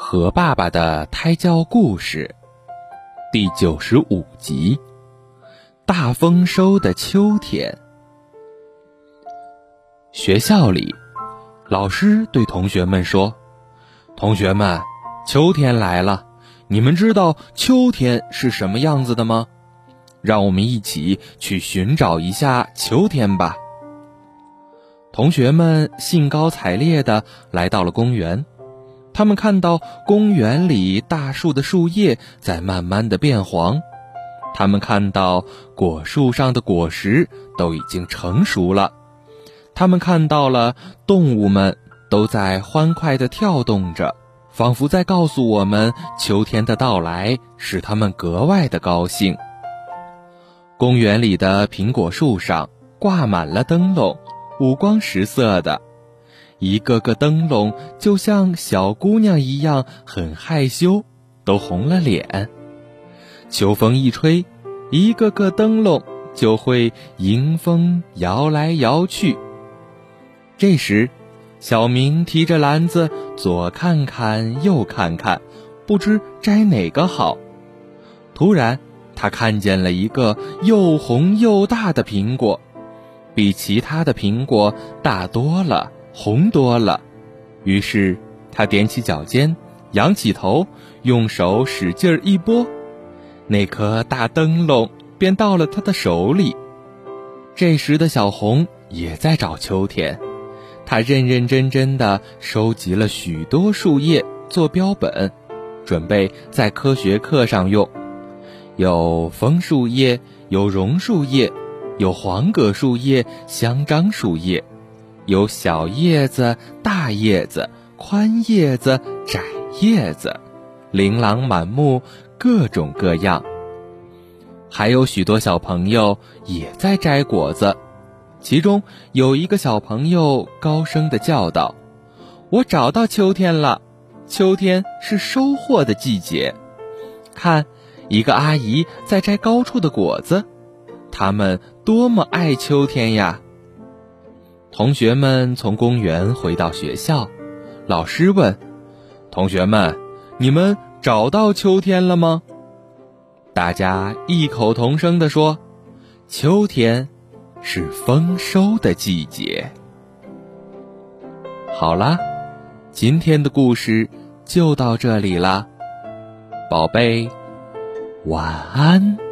和爸爸的胎教故事第95集，大丰收的秋天。学校里，老师对同学们说：同学们，秋天来了，你们知道秋天是什么样子的吗？让我们一起去寻找一下秋天吧。同学们兴高采烈地来到了公园，他们看到公园里大树的树叶在慢慢地变黄，他们看到果树上的果实都已经成熟了，他们看到了动物们都在欢快地跳动着，仿佛在告诉我们秋天的到来使他们格外的高兴。公园里的苹果树上挂满了灯笼，五光十色的，一个个灯笼就像小姑娘一样很害羞，都红了脸。秋风一吹，一个个灯笼就会迎风摇来摇去。这时，小明提着篮子左看看右看看，不知摘哪个好。突然他看见了一个又红又大的苹果，比其他的苹果大多了，红多了。于是他踮起脚尖，仰起头，用手使劲一拨，那颗大灯笼便到了他的手里。这时的小红也在找秋天，他认认真真地收集了许多树叶做标本，准备在科学课上用。有枫树叶，有榕树叶，有黄葛树叶、香樟树叶，有小叶子、大叶子、宽叶子、窄叶子，琳琅满目，各种各样。还有许多小朋友也在摘果子，其中有一个小朋友高声地叫道：我找到秋天了，秋天是收获的季节。看，一个阿姨在摘高处的果子，他们多么爱秋天呀！同学们从公园回到学校，老师问：同学们，你们找到秋天了吗？大家异口同声地说：秋天是丰收的季节。好啦，今天的故事就到这里啦，宝贝，晚安。